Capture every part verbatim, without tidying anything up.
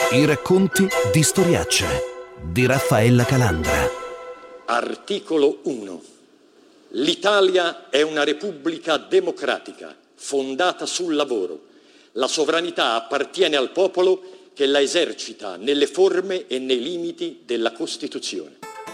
I racconti di Storiacce di Raffaella Calandra. Articolo uno. L'Italia è una repubblica democratica, fondata sul lavoro. La sovranità appartiene al popolo che la esercita nelle forme e nei limiti della Costituzione.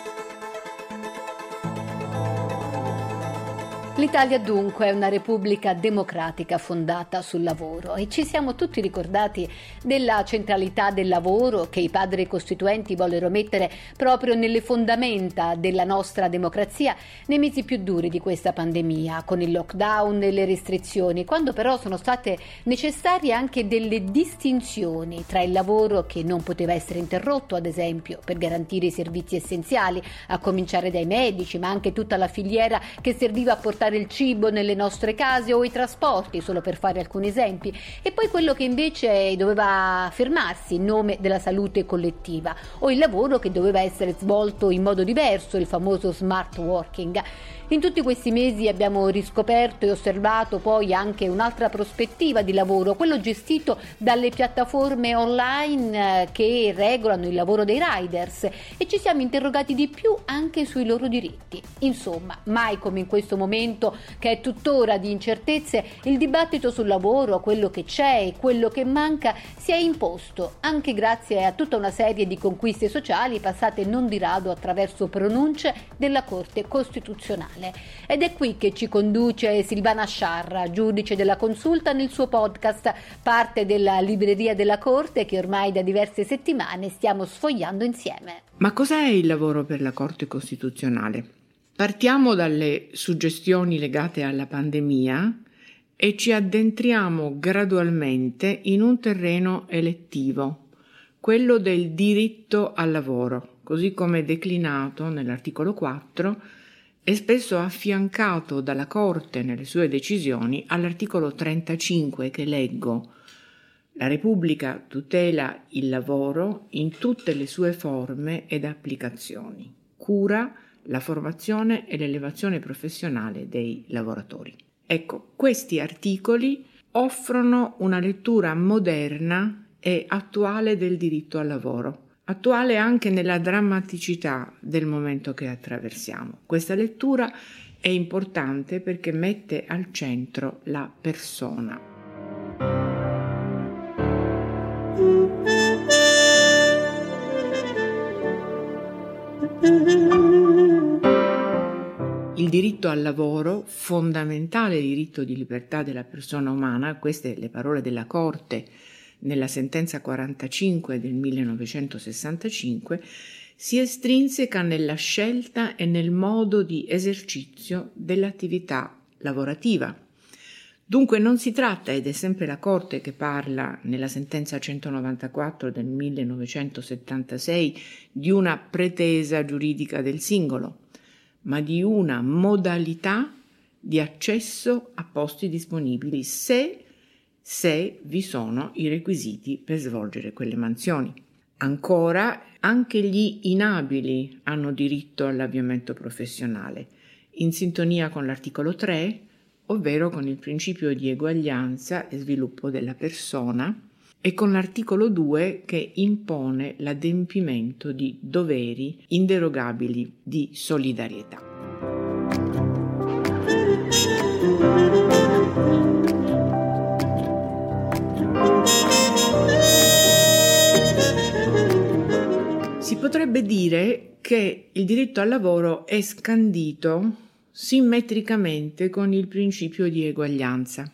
L'Italia dunque è una repubblica democratica fondata sul lavoro e ci siamo tutti ricordati della centralità del lavoro che i padri costituenti vollero mettere proprio nelle fondamenta della nostra democrazia nei mesi più duri di questa pandemia, con il lockdown e le restrizioni, quando però sono state necessarie anche delle distinzioni tra il lavoro che non poteva essere interrotto, ad esempio, per garantire i servizi essenziali, a cominciare dai medici, ma anche tutta la filiera che serviva a portare il cibo nelle nostre case o i trasporti, solo per fare alcuni esempi, e poi quello che invece doveva fermarsi in nome della salute collettiva, o il lavoro che doveva essere svolto in modo diverso, il famoso smart working. In tutti questi mesi abbiamo riscoperto e osservato poi anche un'altra prospettiva di lavoro, quello gestito dalle piattaforme online che regolano il lavoro dei riders, e ci siamo interrogati di più anche sui loro diritti. Insomma, mai come in questo momento, che è tuttora di incertezze, il dibattito sul lavoro, quello che c'è e quello che manca, si è imposto, anche grazie a tutta una serie di conquiste sociali passate non di rado attraverso pronunce della Corte Costituzionale. Ed è qui che ci conduce Silvana Sciarra, giudice della consulta, nel suo podcast, parte della libreria della Corte, che ormai da diverse settimane stiamo sfogliando insieme. Ma cos'è il lavoro per la Corte Costituzionale? Partiamo dalle suggestioni legate alla pandemia e ci addentriamo gradualmente in un terreno elettivo, quello del diritto al lavoro, così come declinato nell'articolo quattro e spesso affiancato dalla Corte nelle sue decisioni all'articolo trentacinque, che leggo: la Repubblica tutela il lavoro in tutte le sue forme ed applicazioni, cura la formazione e l'elevazione professionale dei lavoratori. Ecco, questi articoli offrono una lettura moderna e attuale del diritto al lavoro, attuale anche nella drammaticità del momento che attraversiamo. Questa lettura è importante perché mette al centro la persona. Il diritto al lavoro, fondamentale diritto di libertà della persona umana, queste le parole della Corte nella sentenza quarantacinque del millenovecentosessantacinque, si estrinseca nella scelta e nel modo di esercizio dell'attività lavorativa. Dunque non si tratta, ed è sempre la Corte che parla nella sentenza centonovantaquattro del millenovecentosettantasei, di una pretesa giuridica del singolo, ma di una modalità di accesso a posti disponibili se se vi sono i requisiti per svolgere quelle mansioni. Ancora, anche gli inabili hanno diritto all'avviamento professionale, in sintonia con l'articolo tre, ovvero con il principio di eguaglianza e sviluppo della persona, e con l'articolo due, che impone l'adempimento di doveri inderogabili di solidarietà. Si potrebbe dire che il diritto al lavoro è scandito simmetricamente con il principio di eguaglianza.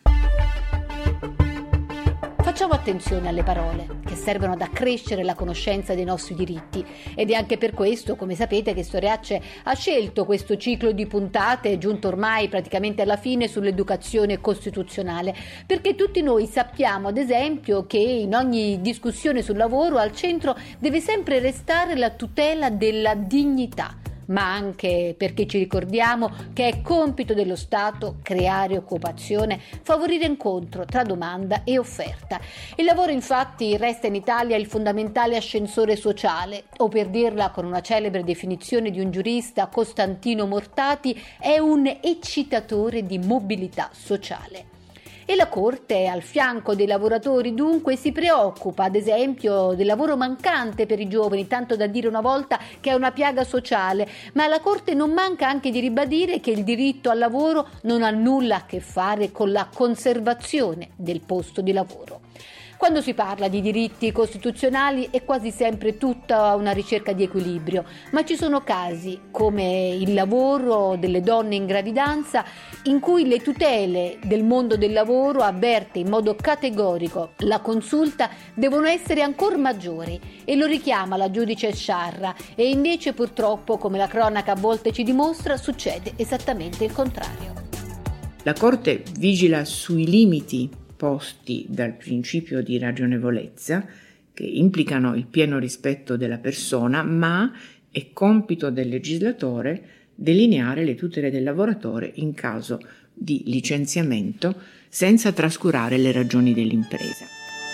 Facciamo attenzione alle parole, che servono ad accrescere la conoscenza dei nostri diritti, ed è anche per questo, come sapete, che Storiacce ha scelto questo ciclo di puntate, giunto ormai praticamente alla fine, sull'educazione costituzionale, perché tutti noi sappiamo, ad esempio, che in ogni discussione sul lavoro al centro deve sempre restare la tutela della dignità, ma anche perché ci ricordiamo che è compito dello Stato creare occupazione, favorire incontro tra domanda e offerta. Il lavoro infatti resta in Italia il fondamentale ascensore sociale, o per dirla con una celebre definizione di un giurista, Costantino Mortati, è un eccitatore di mobilità sociale. E la Corte, al fianco dei lavoratori, dunque si preoccupa, ad esempio, del lavoro mancante per i giovani, tanto da dire una volta che è una piaga sociale, ma la Corte non manca anche di ribadire che il diritto al lavoro non ha nulla a che fare con la conservazione del posto di lavoro. Quando si parla di diritti costituzionali è quasi sempre tutta una ricerca di equilibrio, ma ci sono casi, come il lavoro delle donne in gravidanza, in cui le tutele del mondo del lavoro, avverte in modo categorico la Consulta, devono essere ancora maggiori, e lo richiama la giudice Sciarra, e invece purtroppo, come la cronaca a volte ci dimostra, succede esattamente il contrario. La Corte vigila sui limiti posti dal principio di ragionevolezza, che implicano il pieno rispetto della persona, ma è compito del legislatore delineare le tutele del lavoratore in caso di licenziamento senza trascurare le ragioni dell'impresa.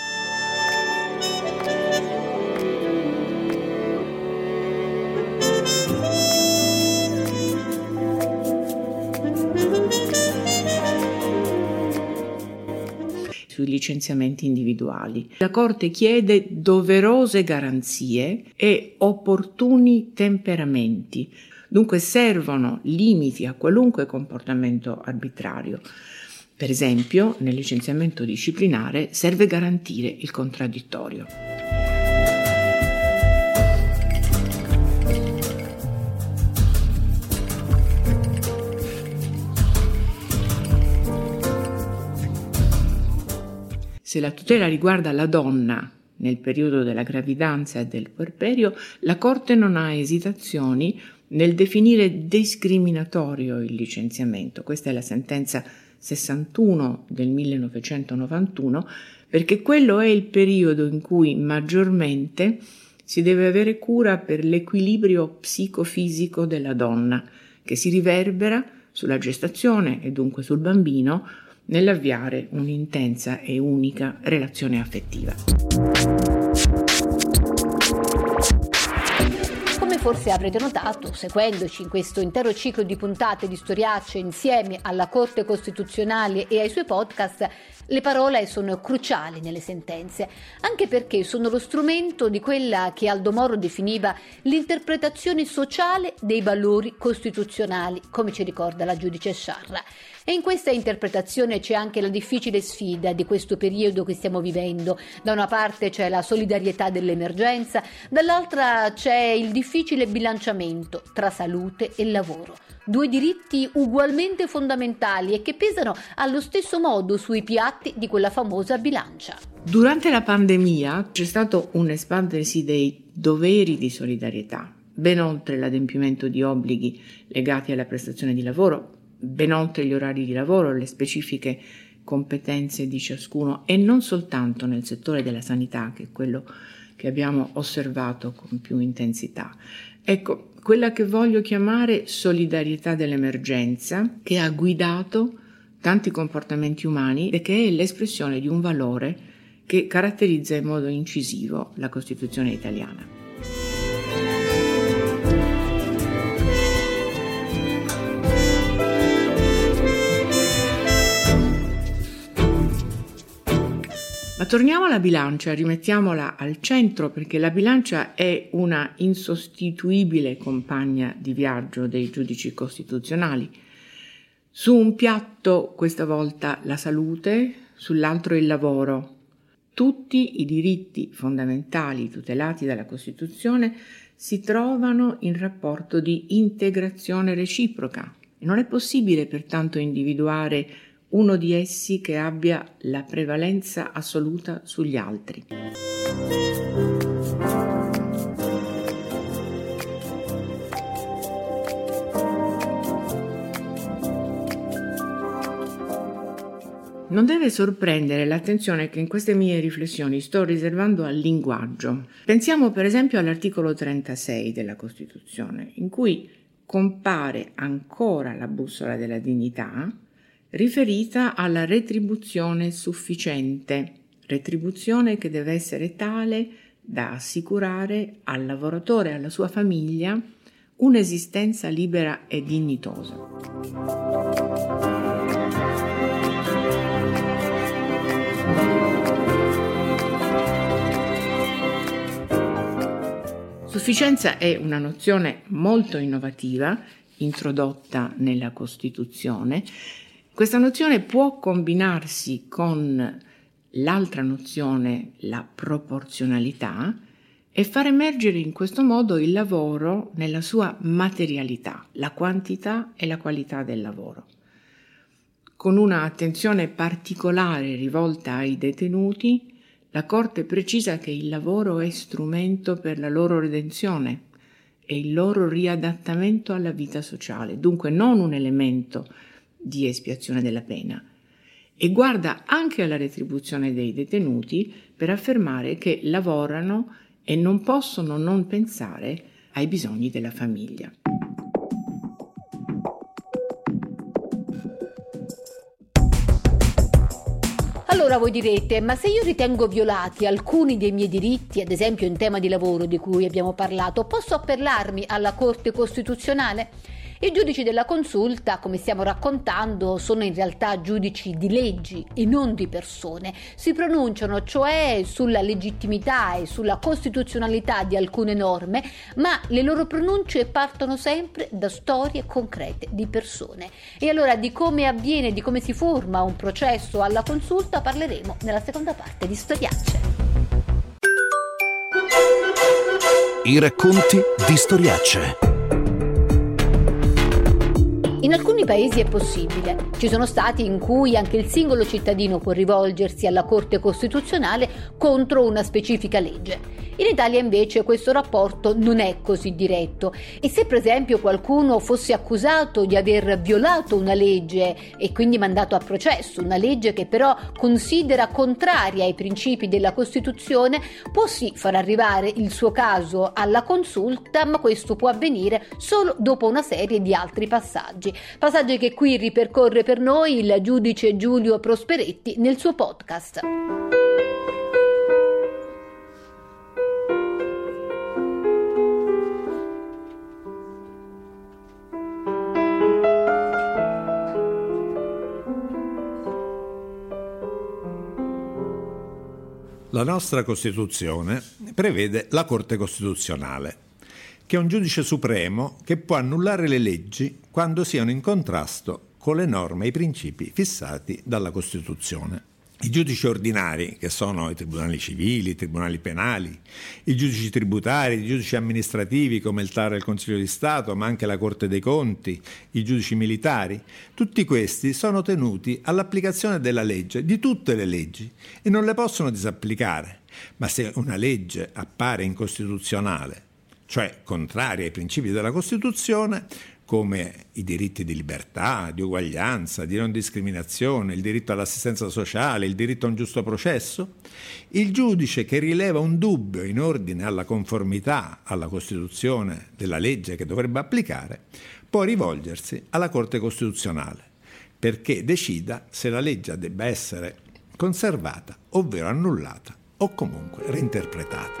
Sui licenziamenti individuali. La Corte chiede doverose garanzie e opportuni temperamenti. Dunque servono limiti a qualunque comportamento arbitrario. Per esempio, nel licenziamento disciplinare serve garantire il contraddittorio. Se la tutela riguarda la donna nel periodo della gravidanza e del puerperio, la Corte non ha esitazioni nel definire discriminatorio il licenziamento. Questa è la sentenza sessantuno del millenovecentonovantuno, perché quello è il periodo in cui maggiormente si deve avere cura per l'equilibrio psicofisico della donna, che si riverbera sulla gestazione e dunque sul bambino, nell'avviare un'intensa e unica relazione affettiva. Come forse avrete notato, seguendoci in questo intero ciclo di puntate di Storiacce insieme alla Corte Costituzionale e ai suoi podcast, le parole sono cruciali nelle sentenze, anche perché sono lo strumento di quella che Aldo Moro definiva l'interpretazione sociale dei valori costituzionali, come ci ricorda la giudice Sciarra. E in questa interpretazione c'è anche la difficile sfida di questo periodo che stiamo vivendo. Da una parte c'è la solidarietà dell'emergenza, dall'altra c'è il difficile bilanciamento tra salute e lavoro. Due diritti ugualmente fondamentali e che pesano allo stesso modo sui piatti di quella famosa bilancia. Durante la pandemia c'è stato un espandersi dei doveri di solidarietà, ben oltre l'adempimento di obblighi legati alla prestazione di lavoro, ben oltre gli orari di lavoro, le specifiche competenze di ciascuno, e non soltanto nel settore della sanità, che è quello che abbiamo osservato con più intensità. Ecco, quella che voglio chiamare solidarietà dell'emergenza, che ha guidato tanti comportamenti umani e che è l'espressione di un valore che caratterizza in modo incisivo la Costituzione italiana. Ma torniamo alla bilancia, rimettiamola al centro, perché la bilancia è una insostituibile compagna di viaggio dei giudici costituzionali. Su un piatto questa volta la salute, sull'altro il lavoro. Tutti i diritti fondamentali tutelati dalla Costituzione si trovano in rapporto di integrazione reciproca e non è possibile pertanto individuare uno di essi che abbia la prevalenza assoluta sugli altri. Non deve sorprendere l'attenzione che in queste mie riflessioni sto riservando al linguaggio. Pensiamo per esempio all'articolo trentasei della Costituzione, in cui compare ancora la bussola della dignità, riferita alla retribuzione sufficiente, retribuzione che deve essere tale da assicurare al lavoratore e alla sua famiglia un'esistenza libera e dignitosa. Sufficienza è una nozione molto innovativa, introdotta nella Costituzione. Questa nozione può combinarsi con l'altra nozione, la proporzionalità, e far emergere in questo modo il lavoro nella sua materialità, la quantità e la qualità del lavoro. Con una attenzione particolare rivolta ai detenuti, la Corte precisa che il lavoro è strumento per la loro redenzione e il loro riadattamento alla vita sociale, dunque non un elemento di espiazione della pena, e guarda anche alla retribuzione dei detenuti per affermare che lavorano e non possono non pensare ai bisogni della famiglia. Allora voi direte, ma se io ritengo violati alcuni dei miei diritti, ad esempio in tema di lavoro di cui abbiamo parlato, posso appellarmi alla Corte Costituzionale? I giudici della consulta, come stiamo raccontando, sono in realtà giudici di leggi e non di persone. Si pronunciano cioè sulla legittimità e sulla costituzionalità di alcune norme, ma le loro pronunce partono sempre da storie concrete di persone. E allora di come avviene, di come si forma un processo alla consulta parleremo nella seconda parte di Storiacce. I racconti di Storiacce. In alcuni paesi è possibile. Ci sono stati in cui anche il singolo cittadino può rivolgersi alla Corte Costituzionale contro una specifica legge. In Italia invece questo rapporto non è così diretto e se per esempio qualcuno fosse accusato di aver violato una legge e quindi mandato a processo, una legge che però considera contraria ai principi della Costituzione, può sì far arrivare il suo caso alla consulta, ma questo può avvenire solo dopo una serie di altri passaggi. Passaggi che qui ripercorre per noi il giudice Giulio Prosperetti nel suo podcast. La nostra Costituzione prevede la Corte Costituzionale, che è un giudice supremo che può annullare le leggi quando siano in contrasto con le norme e i principi fissati dalla Costituzione. I giudici ordinari, che sono i tribunali civili, i tribunali penali, i giudici tributari, i giudici amministrativi come il T A R e il Consiglio di Stato, ma anche la Corte dei Conti, i giudici militari, tutti questi sono tenuti all'applicazione della legge, di tutte le leggi, e non le possono disapplicare. Ma se una legge appare incostituzionale, cioè contraria ai principi della Costituzione, come i diritti di libertà, di uguaglianza, di non discriminazione, il diritto all'assistenza sociale, il diritto a un giusto processo, il giudice che rileva un dubbio in ordine alla conformità alla Costituzione della legge che dovrebbe applicare, può rivolgersi alla Corte Costituzionale perché decida se la legge debba essere conservata, ovvero annullata o comunque reinterpretata.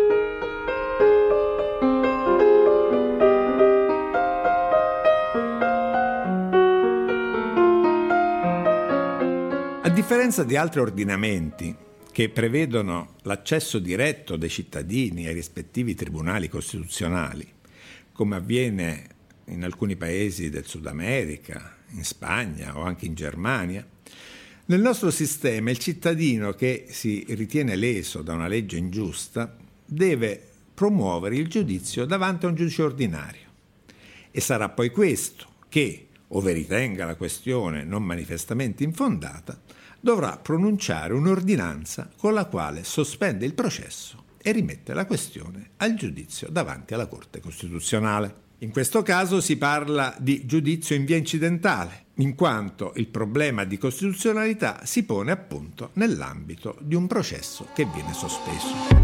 A differenza di altri ordinamenti che prevedono l'accesso diretto dei cittadini ai rispettivi tribunali costituzionali, come avviene in alcuni paesi del Sud America, in Spagna o anche in Germania, nel nostro sistema il cittadino che si ritiene leso da una legge ingiusta deve promuovere il giudizio davanti a un giudice ordinario e sarà poi questo che, ove ritenga la questione non manifestamente infondata, dovrà pronunciare un'ordinanza con la quale sospende il processo e rimette la questione al giudizio davanti alla Corte Costituzionale. In questo caso si parla di giudizio in via incidentale, in quanto il problema di costituzionalità si pone appunto nell'ambito di un processo che viene sospeso.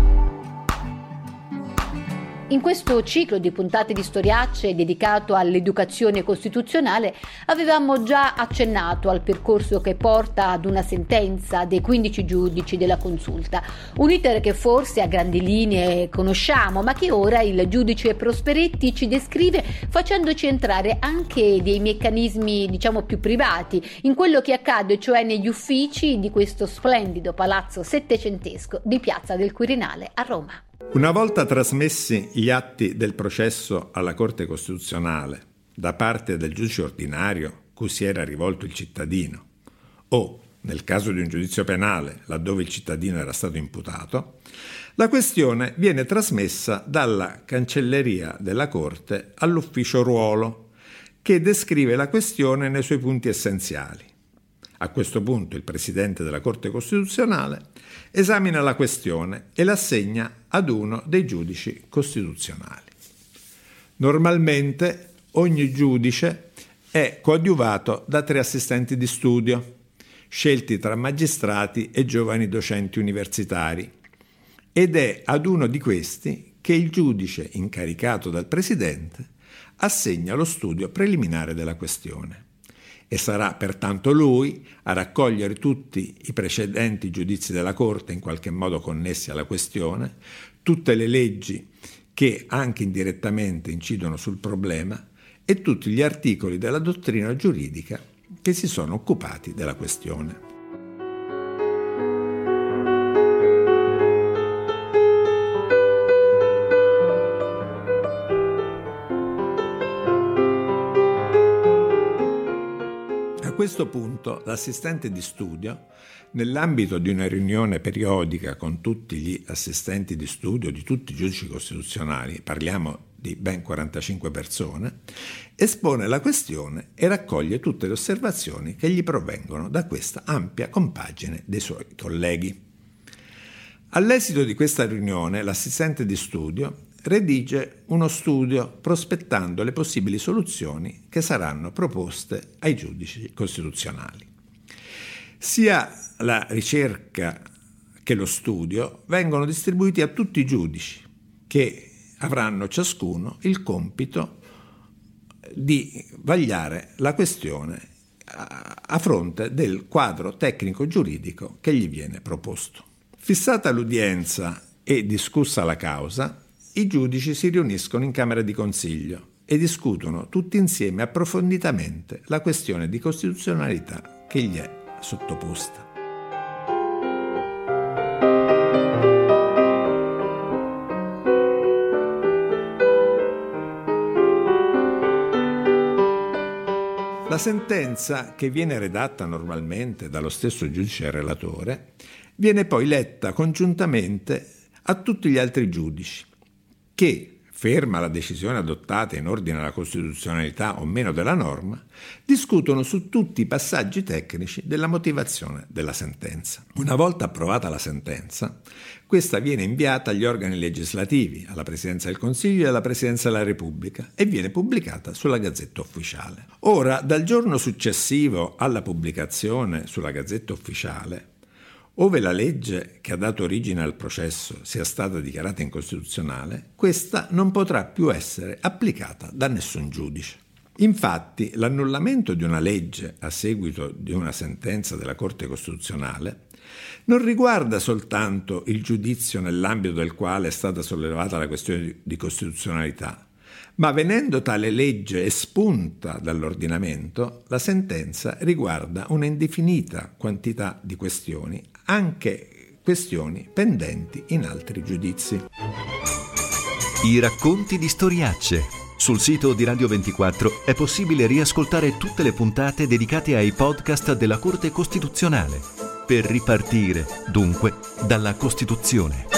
In questo ciclo di puntate di Storiacce dedicato all'educazione costituzionale avevamo già accennato al percorso che porta ad una sentenza dei quindici giudici della consulta, un iter che forse a grandi linee conosciamo, ma che ora il giudice Prosperetti ci descrive facendoci entrare anche dei meccanismi, diciamo, più privati, in quello che accade cioè negli uffici di questo splendido palazzo settecentesco di Piazza del Quirinale a Roma. Una volta trasmessi gli atti del processo alla Corte Costituzionale da parte del giudice ordinario cui si era rivolto il cittadino, o nel caso di un giudizio penale laddove il cittadino era stato imputato, la questione viene trasmessa dalla cancelleria della Corte all'ufficio ruolo, che descrive la questione nei suoi punti essenziali. A questo punto il Presidente della Corte Costituzionale esamina la questione e l'assegna ad uno dei giudici costituzionali. Normalmente ogni giudice è coadiuvato da tre assistenti di studio, scelti tra magistrati e giovani docenti universitari, ed è ad uno di questi che il giudice incaricato dal Presidente assegna lo studio preliminare della questione. E sarà pertanto lui a raccogliere tutti i precedenti giudizi della Corte in qualche modo connessi alla questione, tutte le leggi che anche indirettamente incidono sul problema e tutti gli articoli della dottrina giuridica che si sono occupati della questione. A questo punto l'assistente di studio, nell'ambito di una riunione periodica con tutti gli assistenti di studio di tutti i giudici costituzionali, parliamo di ben quarantacinque persone, espone la questione e raccoglie tutte le osservazioni che gli provengono da questa ampia compagine dei suoi colleghi. All'esito di questa riunione l'assistente di studio redige uno studio prospettando le possibili soluzioni che saranno proposte ai giudici costituzionali. Sia la ricerca che lo studio vengono distribuiti a tutti i giudici, che avranno ciascuno il compito di vagliare la questione a fronte del quadro tecnico-giuridico che gli viene proposto. Fissata l'udienza e discussa la causa, i giudici si riuniscono in Camera di Consiglio e discutono tutti insieme approfonditamente la questione di costituzionalità che gli è sottoposta. La sentenza, che viene redatta normalmente dallo stesso giudice relatore, viene poi letta congiuntamente a tutti gli altri giudici, che, ferma la decisione adottata in ordine alla costituzionalità o meno della norma, discutono su tutti i passaggi tecnici della motivazione della sentenza. Una volta approvata la sentenza, questa viene inviata agli organi legislativi, alla Presidenza del Consiglio e alla Presidenza della Repubblica, e viene pubblicata sulla Gazzetta Ufficiale. Ora, dal giorno successivo alla pubblicazione sulla Gazzetta Ufficiale, ove la legge che ha dato origine al processo sia stata dichiarata incostituzionale, questa non potrà più essere applicata da nessun giudice. Infatti, l'annullamento di una legge a seguito di una sentenza della Corte Costituzionale non riguarda soltanto il giudizio nell'ambito del quale è stata sollevata la questione di costituzionalità, ma venendo tale legge espunta dall'ordinamento, la sentenza riguarda una indefinita quantità di questioni, anche questioni pendenti in altri giudizi. I racconti di storiacce. Sul sito di Radio ventiquattro è possibile riascoltare tutte le puntate dedicate ai podcast della Corte Costituzionale, per ripartire, dunque, dalla Costituzione.